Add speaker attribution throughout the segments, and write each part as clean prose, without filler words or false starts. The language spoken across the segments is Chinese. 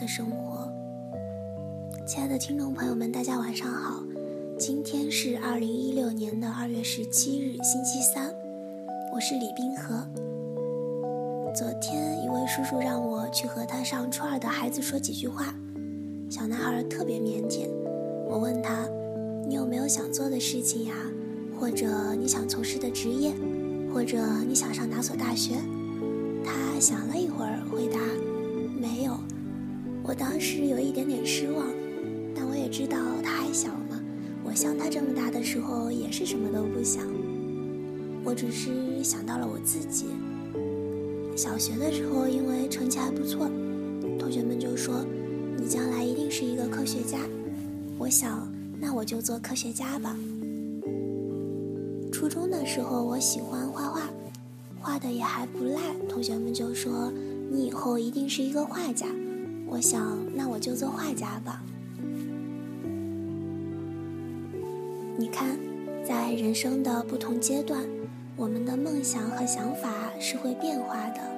Speaker 1: 的生活。亲爱的听众朋友们，大家晚上好，今天是2016年的2月17日星期三，我是李冰河。昨天一位叔叔让我去和他上初二的孩子说几句话，小男孩特别腼腆，我问他，你有没有想做的事情呀？或者你想从事的职业，或者你想上哪所大学？他想了一会儿回答，没有。我当时有一点点失望，但我也知道他还小嘛，我像他这么大的时候也是什么都不想。我只是想到了我自己，小学的时候因为成绩还不错，同学们就说你将来一定是一个科学家。我想那我就做科学家吧。初中的时候我喜欢画画，画的也还不赖，同学们就说你以后一定是一个画家。我想那我就做画家吧。你看，在人生的不同阶段，我们的梦想和想法是会变化的。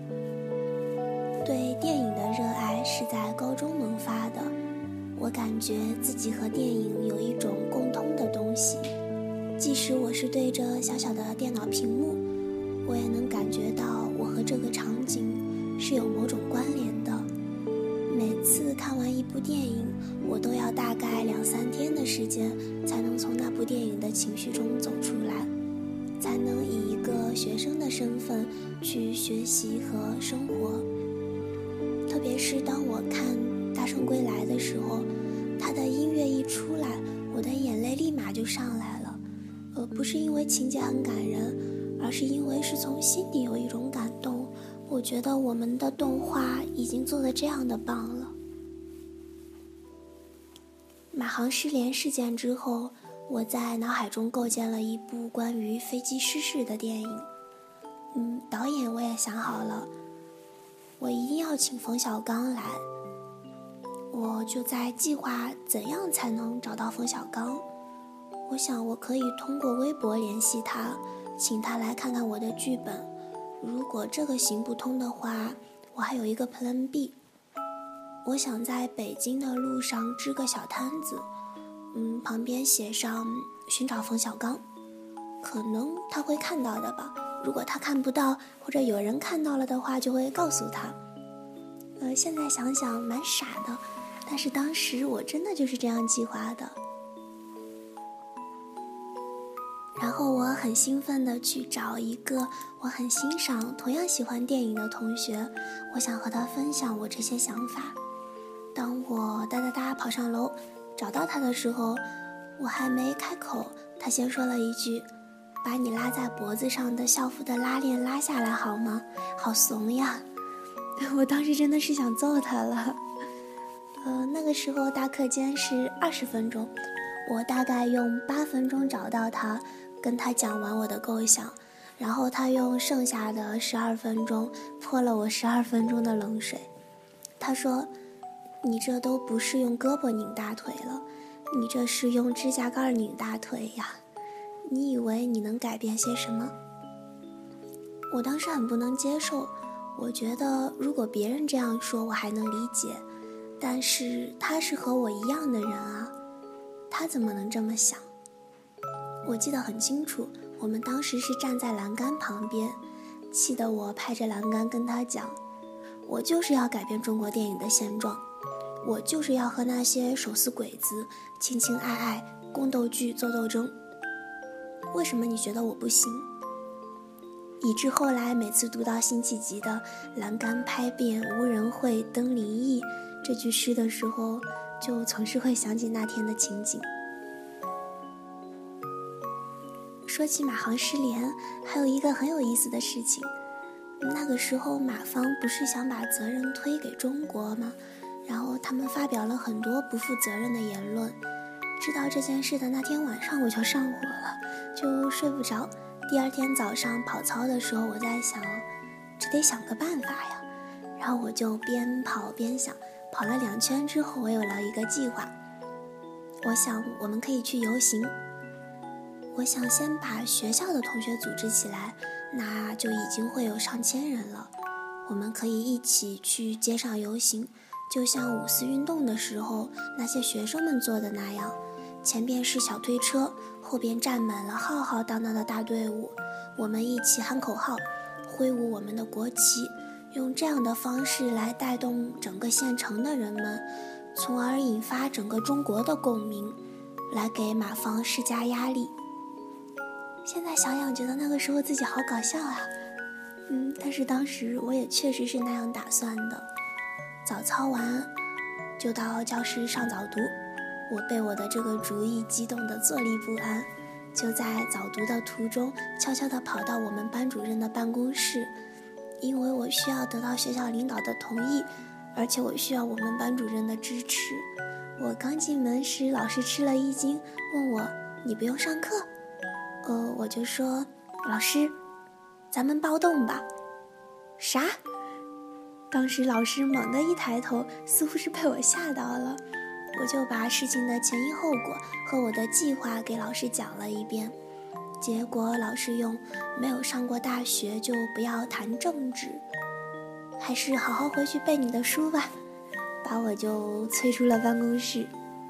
Speaker 1: 对电影的热爱是在高中萌发的，我感觉自己和电影有一种共通的东西，即使我是对着小小的电脑屏幕，我也能感觉到我和这个场景是有某种关联的。每次看完一部电影，我都要大概2-3天的时间才能从那部电影的情绪中走出来，才能以一个学生的身份去学习和生活。特别是当我看《大圣归来》的时候，他的音乐一出来，我的眼泪立马就上来了。不是因为情节很感人，而是因为是从心底有一种感动。我觉得我们的动画已经做得这样的棒了。马航失联事件之后，我在脑海中构建了一部关于飞机失事的电影。导演我也想好了，我一定要请冯小刚来。我就在计划怎样才能找到冯小刚。我想我可以通过微博联系他，请他来看看我的剧本。如果这个行不通的话，我还有一个 Plan B。 我想在北京的路上支个小摊子，旁边写上寻找冯小刚，可能他会看到的吧。如果他看不到，或者有人看到了的话，就会告诉他。现在想想蛮傻的，但是当时我真的就是这样计划的。然后我很兴奋地去找一个我很欣赏、同样喜欢电影的同学，我想和他分享我这些想法。当我哒哒哒跑上楼找到他的时候，我还没开口，他先说了一句，把你拉在脖子上的校服的拉链拉下来好吗？好怂呀。我当时真的是想揍他了。那个时候大课间是20分钟，我大概用8分钟找到他，跟他讲完我的构想，然后他用剩下的12分钟泼了我12分钟的冷水。他说，你这都不是用胳膊拧大腿了，你这是用指甲盖拧大腿呀，你以为你能改变些什么？我当时很不能接受，我觉得如果别人这样说我还能理解，但是他是和我一样的人啊，他怎么能这么想？我记得很清楚，我们当时是站在栏杆旁边，气得我拍着栏杆跟他讲，我就是要改变中国电影的现状，我就是要和那些手撕鬼子、情情爱爱、宫斗剧做斗争。为什么你觉得我不行？以致后来每次读到辛弃疾的栏杆拍遍无人会登临意这句诗的时候，就总是会想起那天的情景。说起马航失联，还有一个很有意思的事情。那个时候马方不是想把责任推给中国吗？然后他们发表了很多不负责任的言论。知道这件事的那天晚上我就上火了，就睡不着。第二天早上跑操的时候，我在想，这得想个办法呀。然后我就边跑边想，跑了2圈之后，我有了一个计划。我想我们可以去游行。我想先把学校的同学组织起来，那就已经会有上千人了。我们可以一起去街上游行， 就像五四运动的时候那些学生们做的那样，前边是小推车，后边站满了浩浩荡荡的大队伍，我们一起喊口号，挥舞我们的国旗，用这样的方式来带动整个县城的人们，从而引发整个中国的共鸣，来给马放施加压力。现在想想觉得那个时候自己好搞笑啊，但是当时我也确实是那样打算的。早操完就到教室上早读，我被我的这个主意激动得坐立不安，就在早读的途中悄悄地跑到我们班主任的办公室，因为我需要得到学校领导的同意，而且我需要我们班主任的支持。我刚进门时，老师吃了一惊，问我你不用上课？我就说老师，咱们暴动吧。啥？当时老师猛地一抬头，似乎是被我吓到了。我就把事情的前因后果和我的计划给老师讲了一遍，结果老师用没有上过大学就不要谈政治，还是好好回去背你的书吧，把我就催出了办公室。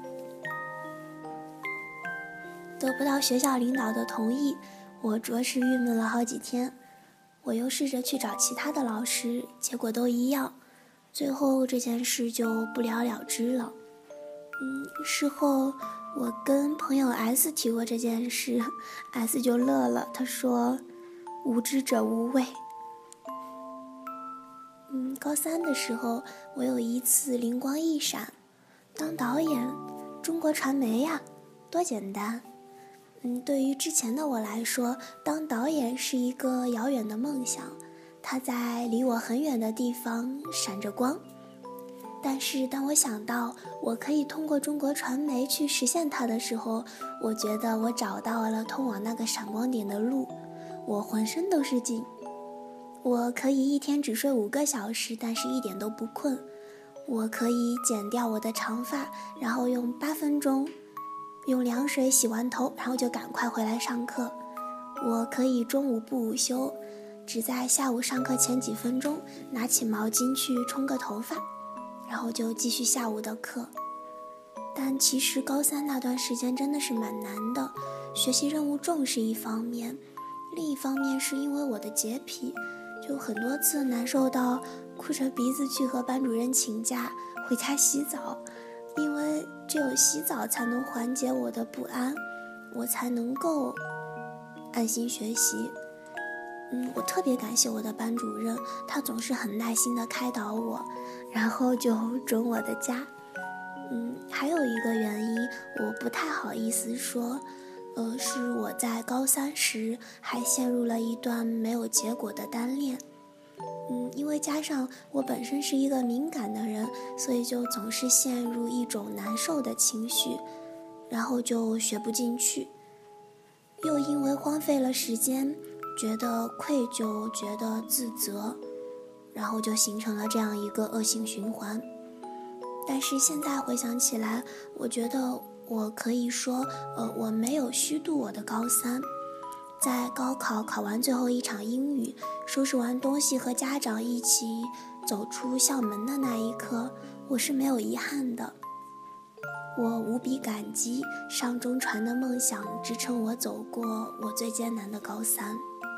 Speaker 1: 得不到学校领导的同意，我着实郁闷了好几天。我又试着去找其他的老师，结果都一样，最后这件事就不了了之了。事后我跟朋友 S 提过这件事， S 就乐了，他说无知者无畏。高三的时候，我有一次灵光一闪，当导演，中国传媒呀，多简单。对于之前的我来说，当导演是一个遥远的梦想，它在离我很远的地方闪着光。但是当我想到我可以通过中国传媒去实现它的时候，我觉得我找到了通往那个闪光点的路，我浑身都是劲。我可以一天只睡5个小时，但是一点都不困。我可以剪掉我的长发，然后用8分钟用凉水洗完头，然后就赶快回来上课。我可以中午不午休，只在下午上课前几分钟拿起毛巾去冲个头发，然后就继续下午的课。但其实高三那段时间真的是蛮难的，学习任务重是一方面，另一方面是因为我的洁癖，就很多次难受到哭着鼻子去和班主任请假回家洗澡，因为只有洗澡才能缓解我的不安，我才能够安心学习。我特别感谢我的班主任，他总是很耐心地开导我，然后就准我的假。还有一个原因我不太好意思说，是我在高三时还陷入了一段没有结果的单恋。因为加上我本身是一个敏感的人，所以就总是陷入一种难受的情绪，然后就学不进去，又因为荒废了时间，觉得愧疚，觉得自责，然后就形成了这样一个恶性循环。但是现在回想起来，我觉得我可以说，我没有虚度我的高三。在高考考完最后一场英语，收拾完东西和家长一起走出校门的那一刻，我是没有遗憾的。我无比感激上中传的梦想支撑我走过我最艰难的高三。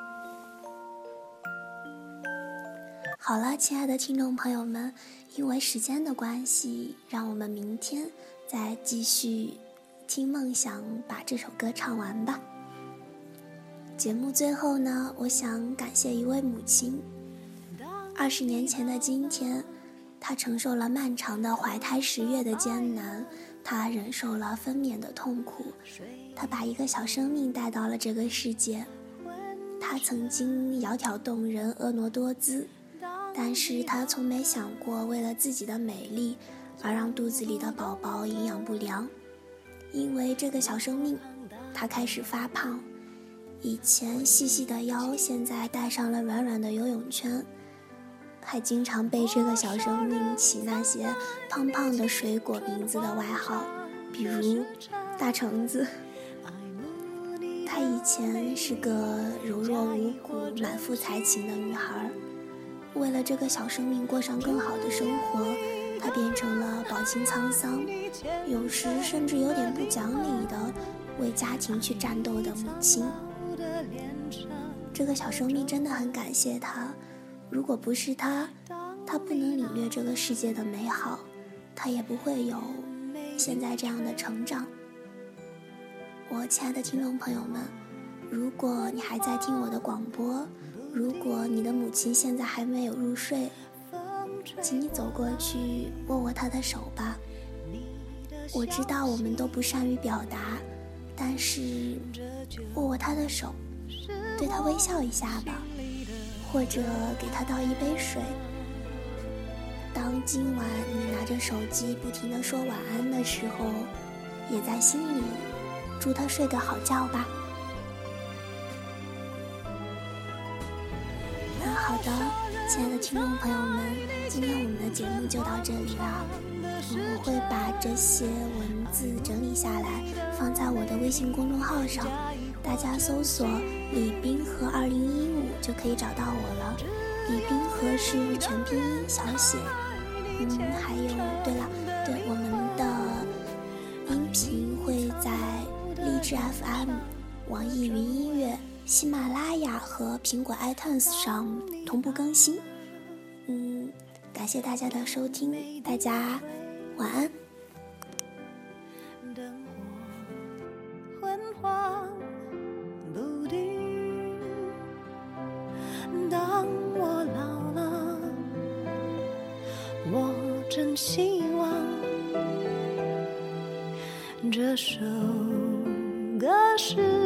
Speaker 1: 好了，亲爱的听众朋友们，因为时间的关系，让我们明天再继续听梦想把这首歌唱完吧。节目最后呢，我想感谢一位母亲。20年前的今天，她承受了漫长的怀胎10月的艰难，她忍受了分娩的痛苦，她把一个小生命带到了这个世界。她曾经窈窕动人，婀娜多姿，但是她从没想过为了自己的美丽而让肚子里的宝宝营养不良。因为这个小生命，她开始发胖，以前细细的腰现在戴上了软软的游泳圈，还经常被这个小生命起那些胖胖的水果名字的外号，比如大橙子。她以前是个柔弱无骨、满腹才情的女孩，为了这个小生命过上更好的生活， 她变成了饱经沧桑，有时甚至有点不讲理的为家庭去战斗的母亲。这个小生命真的很感谢她，如果不是她，她不能领略这个世界的美好，她也不会有现在这样的成长。我亲爱的听众朋友们，如果你还在听我的广播，如果你的母亲现在还没有入睡，请你走过去握握她的手吧。我知道我们都不善于表达，但是握握她的手，对她微笑一下吧，或者给她倒一杯水。当今晚你拿着手机不停地说晚安的时候，也在心里祝她睡个好觉吧。好的，亲爱的听众朋友们，今天我们的节目就到这里了。我会把这些文字整理下来，放在我的微信公众号上，大家搜索李冰河2015就可以找到我了。李冰河是全拼音小写。还有，对，我们的音频会在荔枝 FM、网易云音乐、喜马拉雅和苹果 iTunes 上同步更新。感谢大家的收听，大家晚安。
Speaker 2: 灯火昏黄不定，当我老了，我真希望这首歌是